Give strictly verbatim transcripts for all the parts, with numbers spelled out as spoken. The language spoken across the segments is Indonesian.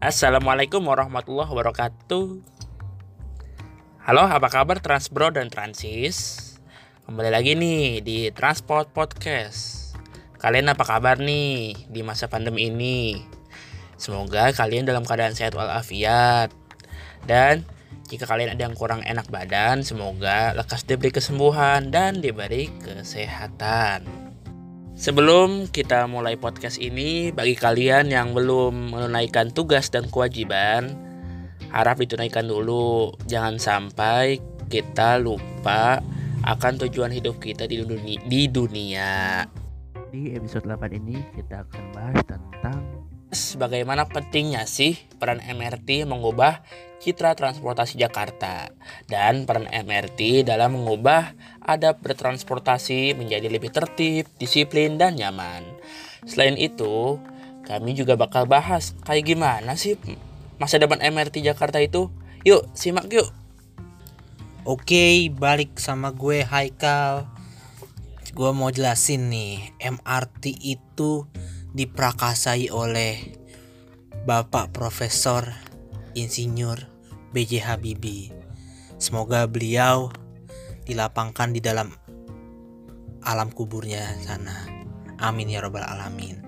Assalamualaikum warahmatullahi wabarakatuh. Halo, apa kabar Transbro dan Transis? Kembali lagi nih di Transport Podcast. Kalian apa kabar nih di masa pandemi ini? Semoga kalian dalam keadaan sehat walafiat. Dan jika kalian ada yang kurang enak badan, semoga lekas diberi kesembuhan dan diberi kesehatan. Sebelum kita mulai podcast ini, bagi kalian yang belum menunaikan tugas dan kewajiban, harap ditunaikan dulu. Jangan sampai kita lupa akan tujuan hidup kita di dunia. Di, dunia. Di episode delapan ini kita akan bahas tentang bagaimana pentingnya sih peran M R T mengubah citra transportasi Jakarta dan peran M R T dalam mengubah adab bertransportasi menjadi lebih tertib, disiplin, dan nyaman. Selain itu, kami juga bakal bahas kayak gimana sih masa depan M R T Jakarta itu. Yuk, simak yuk. Oke, balik sama gue Haikal. Gue mau jelasin nih, M R T itu diprakasai oleh Bapak Profesor Insinyur B J Habibie. Semoga beliau dilapangkan di dalam alam kuburnya sana. Amin ya rabbal alamin.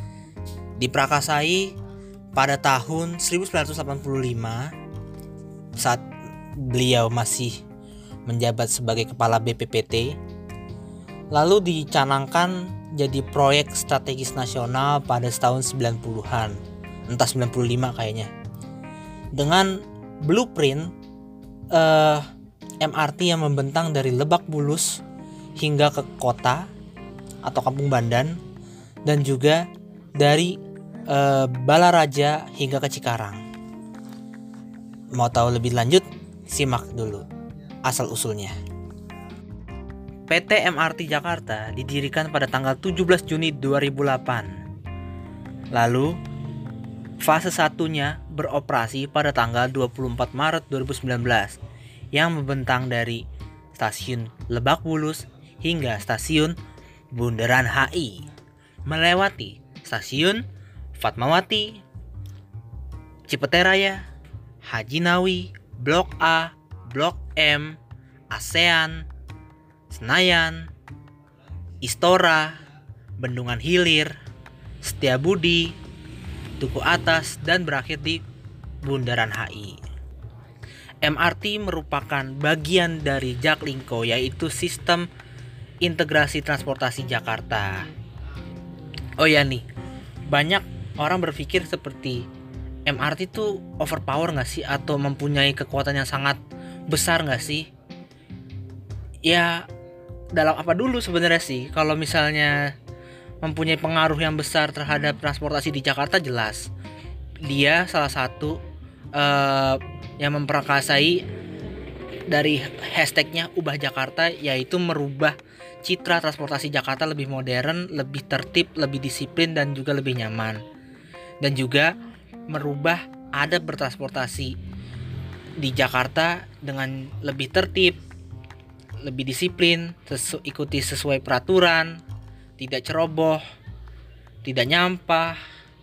Diprakasai pada tahun seribu sembilan ratus delapan puluh lima saat beliau masih menjabat sebagai kepala B P P T. Lalu dicanangkan jadi proyek strategis nasional pada tahun sembilan puluhan, entah sembilan puluh lima kayaknya. Dengan blueprint uh, M R T yang membentang dari Lebak Bulus hingga ke kota atau Kampung Bandan, dan juga dari uh, Balaraja hingga ke Cikarang. Mau tahu lebih lanjut? Simak dulu asal usulnya. P T M R T Jakarta didirikan pada tanggal tujuh belas Juni dua ribu delapan. Lalu fase satunya beroperasi pada tanggal dua puluh empat Maret dua ribu sembilan belas yang membentang dari stasiun Lebak Bulus hingga stasiun Bundaran H I, melewati stasiun Fatmawati, Cipete Raya, Haji Nawi, Blok A, Blok M, ASEAN, Senayan, Istora, Bendungan Hilir, Setiabudi, Duku Atas, dan berakhir di Bundaran H I. M R T merupakan bagian dari Jaklingko, yaitu sistem integrasi transportasi Jakarta. Oh ya nih, banyak orang berpikir seperti M R T itu overpower gak sih? Atau mempunyai kekuatan yang sangat besar gak sih? Ya, dalam apa dulu sebenarnya sih? Kalau misalnya mempunyai pengaruh yang besar terhadap transportasi di Jakarta, jelas dia salah satu uh, yang memperakasai dari hashtagnya Ubah Jakarta, yaitu merubah citra transportasi Jakarta lebih modern, lebih tertib, lebih disiplin, dan juga lebih nyaman. Dan juga merubah adab bertransportasi di Jakarta dengan lebih tertib, lebih disiplin, sesu- ikuti sesuai peraturan, tidak ceroboh, tidak nyampah,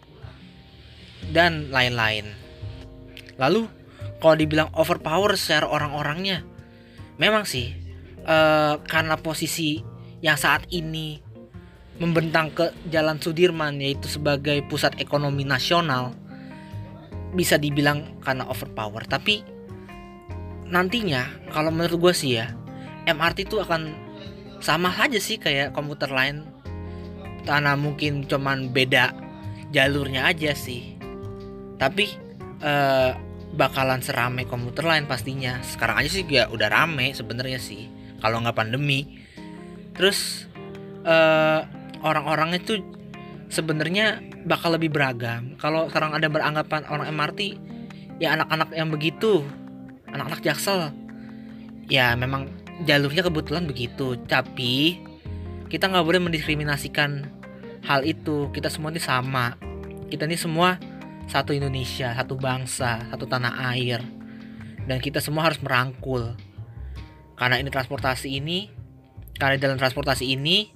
dan lain-lain. Lalu kalau dibilang overpower secara orang-orangnya, memang sih uh, karena posisi yang saat ini membentang ke Jalan Sudirman, yaitu sebagai pusat ekonomi nasional, bisa dibilang karena overpower. Tapi nantinya kalau menurut gue sih ya, M R T itu akan sama aja sih kayak komuter lain, karena mungkin cuman beda jalurnya aja sih. Tapi eh, bakalan serame komuter lain pastinya. Sekarang aja sih ya udah rame sebenarnya sih kalau nggak pandemi. Terus eh, orang-orang itu sebenarnya bakal lebih beragam. Kalau sekarang ada beranggapan orang M R T ya anak-anak yang begitu, anak-anak Jaksel, ya memang jalurnya kebetulan begitu. Tapi kita nggak boleh mendiskriminasikan hal itu. Kita semua ini sama. Kita ini semua satu Indonesia, satu bangsa, satu tanah air, dan kita semua harus merangkul. Karena ini transportasi ini, karena dalam transportasi ini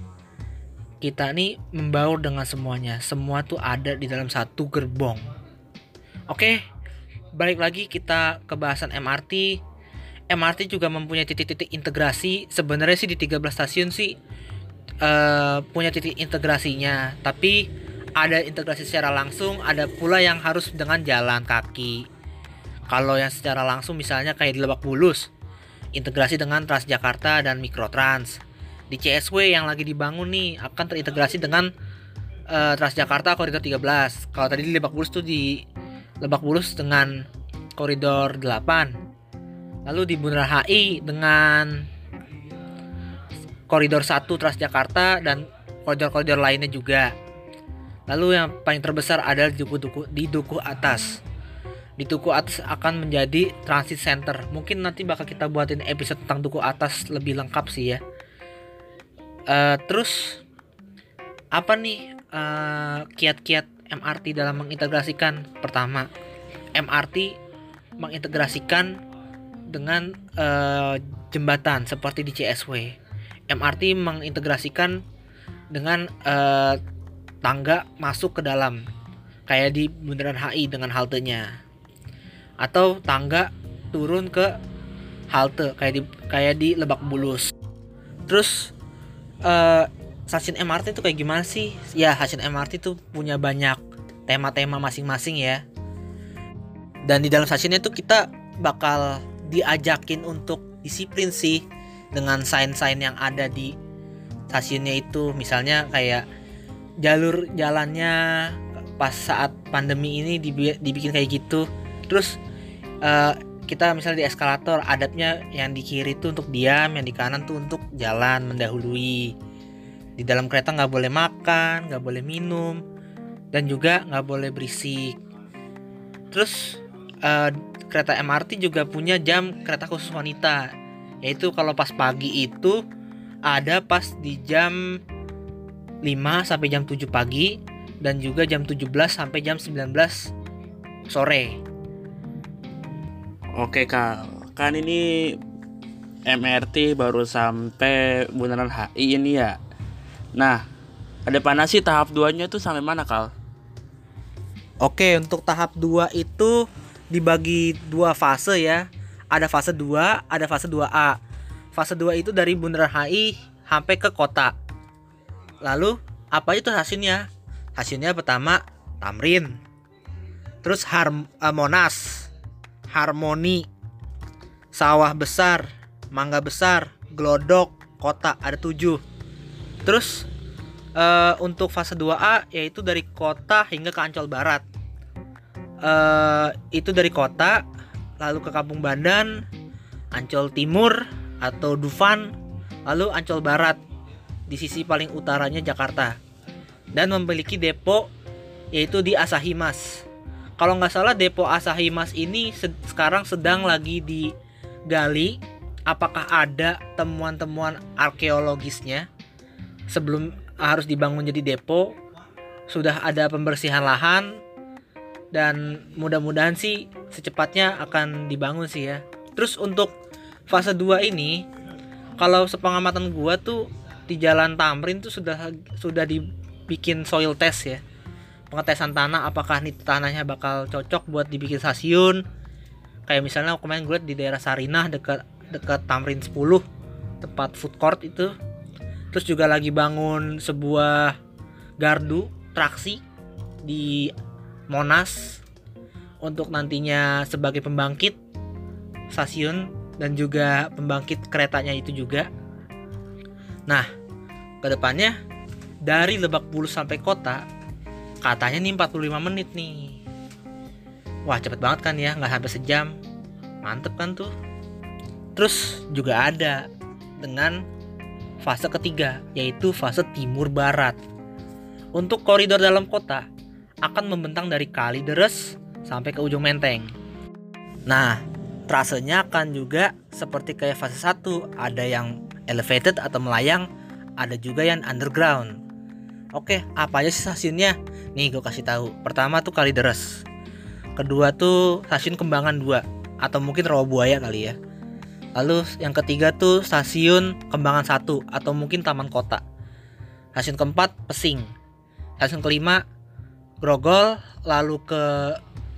kita nih membaur dengan semuanya. Semua tuh ada di dalam satu gerbong. Oke, balik lagi kita ke bahasan M R T. M R T juga mempunyai titik-titik integrasi. Sebenarnya sih di tiga belas stasiun sih uh, punya titik integrasinya, tapi ada integrasi secara langsung, ada pula yang harus dengan jalan kaki. Kalau yang secara langsung misalnya kayak di Lebak Bulus, integrasi dengan Transjakarta dan Mikrotrans. Di C S W yang lagi dibangun nih akan terintegrasi dengan uh, Transjakarta koridor tiga belas. Kalau tadi di Lebak Bulus tuh di Lebak Bulus dengan koridor delapan. Lalu di Bundaran H I dengan koridor satu Transjakarta dan koridor-koridor lainnya juga. Lalu yang paling terbesar adalah di Duku, di Duku Atas. Di Duku Atas akan menjadi transit center. Mungkin nanti bakal kita buatin episode tentang Duku Atas lebih lengkap sih ya. Uh, terus apa nih uh, kiat-kiat M R T dalam mengintegrasikan? Pertama, M R T mengintegrasikan dengan uh, jembatan seperti di C S W. M R T mengintegrasikan dengan uh, tangga masuk ke dalam, kayak di Bundaran H I dengan haltenya, atau tangga turun ke halte kayak di kayak di Lebak Bulus. Terus uh, stasiun M R T itu kayak gimana sih? Ya, stasiun M R T itu punya banyak tema-tema masing-masing ya. Dan di dalam stasiunnya tuh kita bakal diajakin untuk disiplin sih dengan sign-sign yang ada di stasiunnya itu. Misalnya kayak jalur jalannya pas saat pandemi ini dibikin kayak gitu. Terus uh, kita misalnya di eskalator, adabnya yang di kiri tuh untuk diam, yang di kanan tuh untuk jalan mendahului. Di dalam kereta nggak boleh makan, nggak boleh minum, dan juga nggak boleh berisik. Terus uh, kereta M R T juga punya jam kereta khusus wanita, yaitu kalau pas pagi itu ada pas di jam lima sampai jam tujuh pagi, dan juga jam tujuh belas sampai jam sembilan belas sore. Oke Kak, kan ini M R T baru sampai Bundaran H I ini ya. Nah, ada mana sih tahap duanya tuh sampai mana Kal? Oke, untuk tahap dua itu dibagi dua fase ya. Ada fase dua, ada fase dua A. Fase dua itu dari Bundaran H I sampai ke kota. Lalu apa itu stasiunnya? Stasiunnya pertama Tamrin. Terus Har- Monas, Harmoni, Sawah Besar, Mangga Besar, Glodok, Kota, ada tujuh. Terus uh, untuk fase dua A yaitu dari kota hingga ke Ancol Barat. Uh, itu dari kota lalu ke Kampung Bandan, Ancol Timur atau Dufan, lalu Ancol Barat di sisi paling utaranya Jakarta, dan memiliki depo yaitu di Asahimas. Kalau nggak salah depo Asahimas ini se- sekarang sedang lagi digali apakah ada temuan-temuan arkeologisnya sebelum harus dibangun jadi depo. Sudah ada pembersihan lahan dan mudah-mudahan sih secepatnya akan dibangun sih ya. Terus untuk fase dua ini, kalau sepengamatan gua tuh di Jalan Tamrin tuh sudah sudah dibikin soil test ya. Pengetesan tanah apakah nih tanahnya bakal cocok buat dibikin stasiun. Kayak misalnya kemarin gue liat di daerah Sarinah dekat dekat Tamrin sepuluh, tempat food court itu. Terus juga lagi bangun sebuah gardu traksi di Monas untuk nantinya sebagai pembangkit stasiun dan juga pembangkit keretanya itu juga. Nah, kedepannya dari Lebak Bulus sampai kota katanya nih empat puluh lima menit nih. Wah, cepet banget kan ya, nggak sampai sejam. Mantep kan tuh. Terus juga ada dengan fase ketiga, yaitu fase timur barat. Untuk koridor dalam kota akan membentang dari Kalideres sampai ke ujung Menteng. Nah, trasenya akan juga seperti kayak fase satu, ada yang elevated atau melayang, ada juga yang underground. Oke, apa aja sih stasiunnya? Nih gue kasih tahu. Pertama tuh Kalideres. Kedua tuh stasiun Kembangan dua atau mungkin Rawabuaya kali ya. Lalu yang ketiga tuh stasiun Kembangan satu atau mungkin Taman Kota. Stasiun keempat Pesing. Stasiun kelima Grogol, lalu ke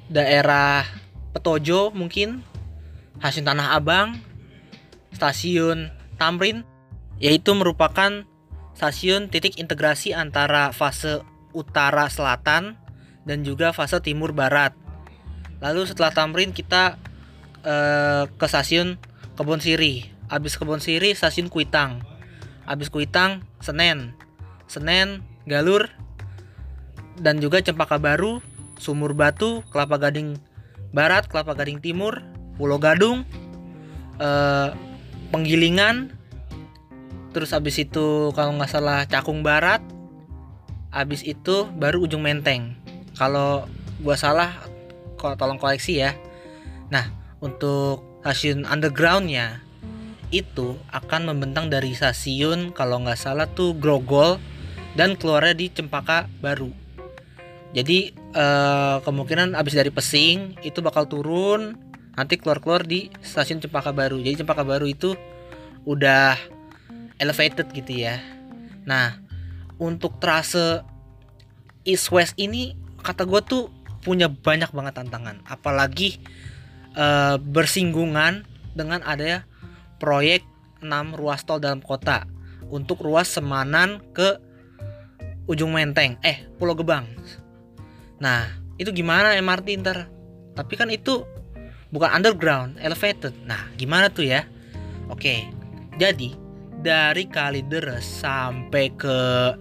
daerah Petojo mungkin, stasiun Tanah Abang, stasiun Tamrin, yaitu merupakan stasiun titik integrasi antara fase utara selatan dan juga fase timur barat. Lalu setelah Tamrin kita eh, ke stasiun Kebon Siri. Habis Kebon Siri stasiun Kuitang. Habis Kuitang Senen. Senen Galur dan juga Cempaka Baru, Sumur Batu, Kelapa Gading Barat, Kelapa Gading Timur, Pulau Gadung, eh, Penggilingan, terus habis itu kalau nggak salah Cakung Barat, habis itu baru Ujung Menteng. Kalau gua salah, kok tolong koreksi ya. Nah, untuk stasiun undergroundnya itu akan membentang dari stasiun kalau nggak salah tuh Grogol dan keluarnya di Cempaka Baru. Jadi eh, kemungkinan abis dari Pesing itu bakal turun, nanti keluar-keluar di stasiun Cempaka Baru. Jadi Cempaka Baru itu udah elevated gitu ya. Nah, untuk trase East West ini kata gue tuh punya banyak banget tantangan. Apalagi eh, bersinggungan dengan adanya proyek enam ruas tol dalam kota untuk ruas Semanan ke Ujung Menteng, eh Pulau Gebang. Nah, itu gimana M R T ntar? Tapi kan itu bukan underground, elevated. Nah, gimana tuh ya? Oke, jadi dari Kalideres sampai ke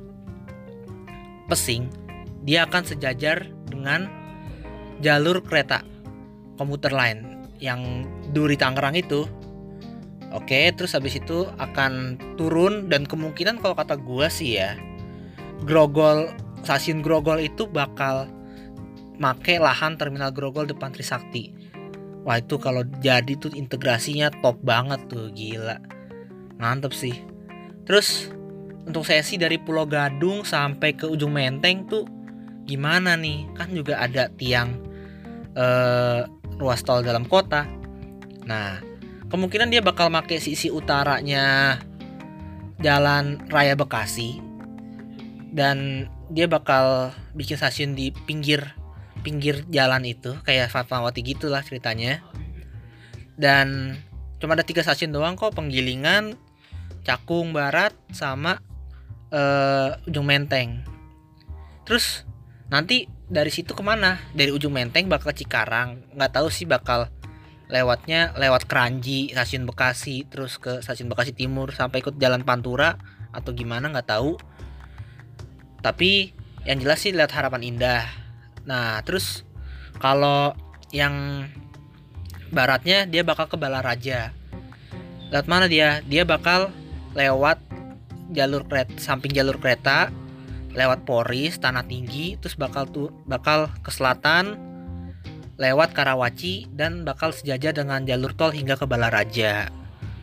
Pesing, dia akan sejajar dengan jalur kereta komuter lain yang Duri Tangerang itu. Oke, terus habis itu akan turun dan kemungkinan kalau kata gua sih ya, Grogol, stasiun Grogol itu bakal make lahan terminal Grogol depan Trisakti. Wah, itu kalau jadi tuh integrasinya top banget tuh, gila. Mantep sih. Terus untuk sesi dari Pulau Gadung sampai ke Ujung Menteng tuh gimana nih? Kan juga ada tiang eh, ruas tol dalam kota. Nah, kemungkinan dia bakal make sisi utaranya Jalan Raya Bekasi dan dia bakal bikin stasiun di pinggir pinggir jalan itu kayak Fatmawati gitulah ceritanya. Dan cuma ada tiga stasiun doang kok, Penggilingan, Cakung Barat, sama uh, Ujung Menteng. Terus nanti dari situ kemana? Dari Ujung Menteng bakal ke Cikarang. Nggak tahu sih bakal lewatnya lewat Kranji, stasiun Bekasi, terus ke stasiun Bekasi Timur sampai ikut Jalan Pantura atau gimana nggak tahu. Tapi yang jelas sih lihat Harapan Indah. Nah, terus kalau yang baratnya dia bakal ke Balaraja. Lewat mana dia? Dia bakal lewat jalur kereta, samping jalur kereta, lewat Poris, Tanah Tinggi, terus bakal tuh bakal ke selatan, lewat Karawaci dan bakal sejajar dengan jalur tol hingga ke Balaraja.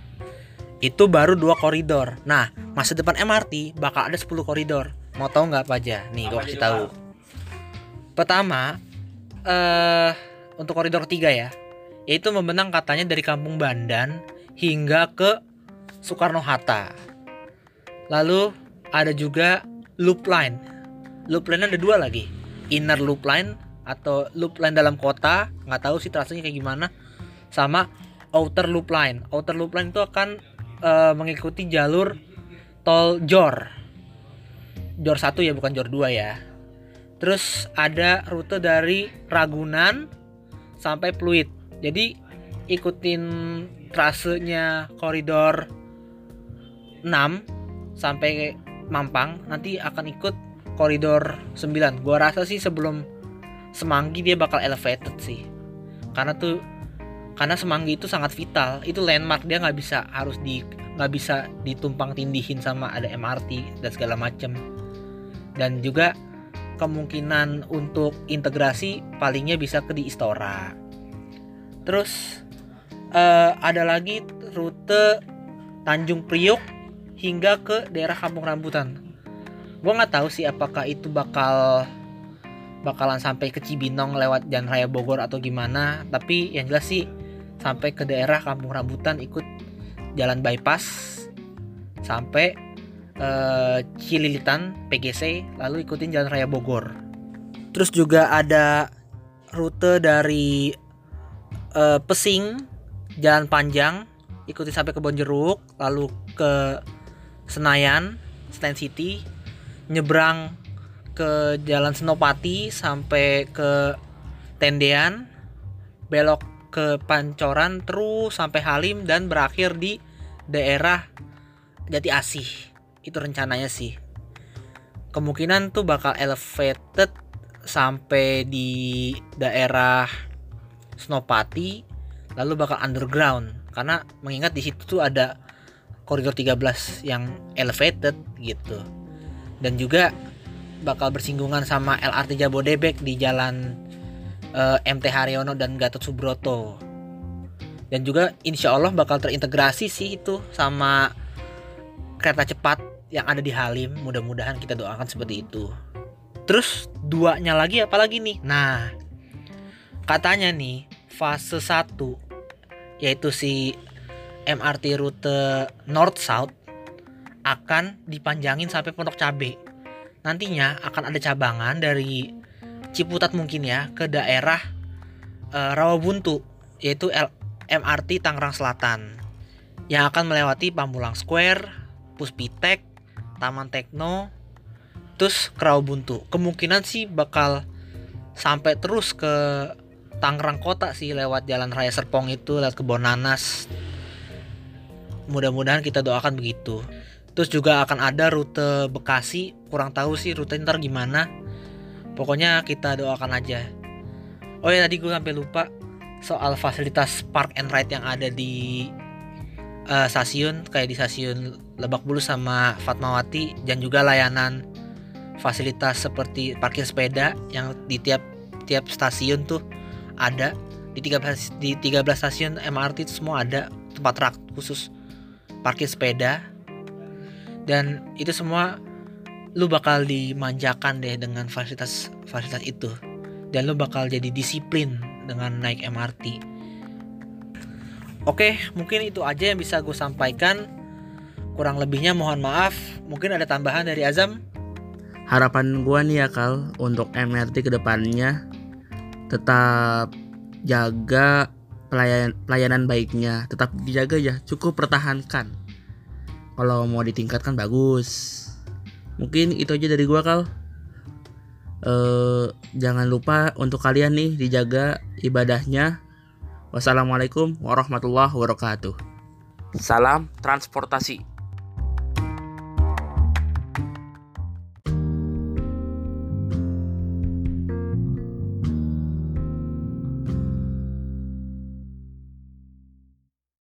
Itu baru dua koridor. Nah, masa depan M R T bakal ada sepuluh koridor. Mau tahu nggak apa aja? Nih, gue kasih tahu. Pertama, eh, untuk koridor ketiga ya, yaitu membentang katanya dari Kampung Bandan hingga ke Soekarno-Hatta. Lalu ada juga loop line. Loop line ada dua lagi. Inner loop line atau loop line dalam kota, nggak tahu sih trasenya kayak gimana. Sama outer loop line. Outer loop line itu akan uh, mengikuti jalur tol Jor. Jor satu ya, bukan Jor dua ya. Terus ada rute dari Ragunan sampai Pluit. Jadi ikutin trasenya koridor enam sampai Mampang, nanti akan ikut koridor sembilan. Gua rasa sih sebelum Semanggi dia bakal elevated sih. Karena tuh karena Semanggi itu sangat vital, itu landmark, dia nggak bisa harus di nggak bisa ditumpang tindihin sama ada M R T dan segala macam. Dan juga kemungkinan untuk integrasi palingnya bisa ke di Istora. Terus uh, ada lagi rute Tanjung Priok hingga ke daerah Kampung Rambutan. Gue nggak tahu sih apakah itu bakal bakalan sampai ke Cibinong lewat Jalan Raya Bogor atau gimana. Tapi yang jelas sih sampai ke daerah Kampung Rambutan ikut jalan bypass sampai uh, Cililitan P G C, lalu ikutin Jalan Raya Bogor. Terus juga ada rute dari uh, Pesing, Jalan Panjang, ikuti sampai ke Bonjeruk, lalu ke Senayan, Senayan City, nyebrang ke Jalan Senopati sampai ke Tendean, belok ke Pancoran terus sampai Halim dan berakhir di daerah Jati Asih. Itu rencananya sih. Kemungkinan tuh bakal elevated sampai di daerah Senopati, lalu bakal underground karena mengingat di situ tuh ada koridor tiga belas yang elevated gitu. Dan juga bakal bersinggungan sama L R T Jabodebek di jalan uh, M T Haryono dan Gatot Subroto. Dan juga insya Allah bakal terintegrasi sih itu sama kereta cepat yang ada di Halim. Mudah-mudahan kita doakan seperti itu. Terus duanya lagi apa lagi nih? Nah, katanya nih fase satu yaitu si M R T rute North South akan dipanjangin sampai Pondok Cabe. Nantinya akan ada cabangan dari Ciputat mungkin ya ke daerah uh, Rawabuntu, yaitu L- M R T Tangerang Selatan yang akan melewati Pamulang Square, Puspitek, Taman Tekno, terus ke Rawabuntu. Kemungkinan sih bakal sampai terus ke Tangerang Kota sih lewat Jalan Raya Serpong itu, lewat Kebon Nanas. Mudah-mudahan kita doakan begitu. Terus juga akan ada rute Bekasi, kurang tahu sih rute ntar gimana. Pokoknya kita doakan aja. Oh ya, tadi gue sampai lupa soal fasilitas park and ride yang ada di uh, stasiun, kayak di stasiun Lebak Bulus sama Fatmawati, dan juga layanan fasilitas seperti parkir sepeda yang di tiap tiap stasiun tuh ada. Di tiga belas di tiga belas stasiun M R T itu semua ada tempat rak khusus parkir sepeda. Dan itu semua lu bakal dimanjakan deh dengan fasilitas fasilitas itu, dan lu bakal jadi disiplin dengan naik M R T. Oke, mungkin itu aja yang bisa gue sampaikan. Kurang lebihnya mohon maaf. Mungkin ada tambahan dari Azam. Harapan gua nih ya Kal, untuk M R T kedepannya tetap jaga pelayan, pelayanan baiknya, tetap dijaga ya, cukup pertahankan. Kalau mau ditingkatkan bagus. Mungkin itu aja dari gua Kal. Eh, jangan lupa untuk kalian nih dijaga ibadahnya. Wassalamualaikum warahmatullahi wabarakatuh. Salam transportasi.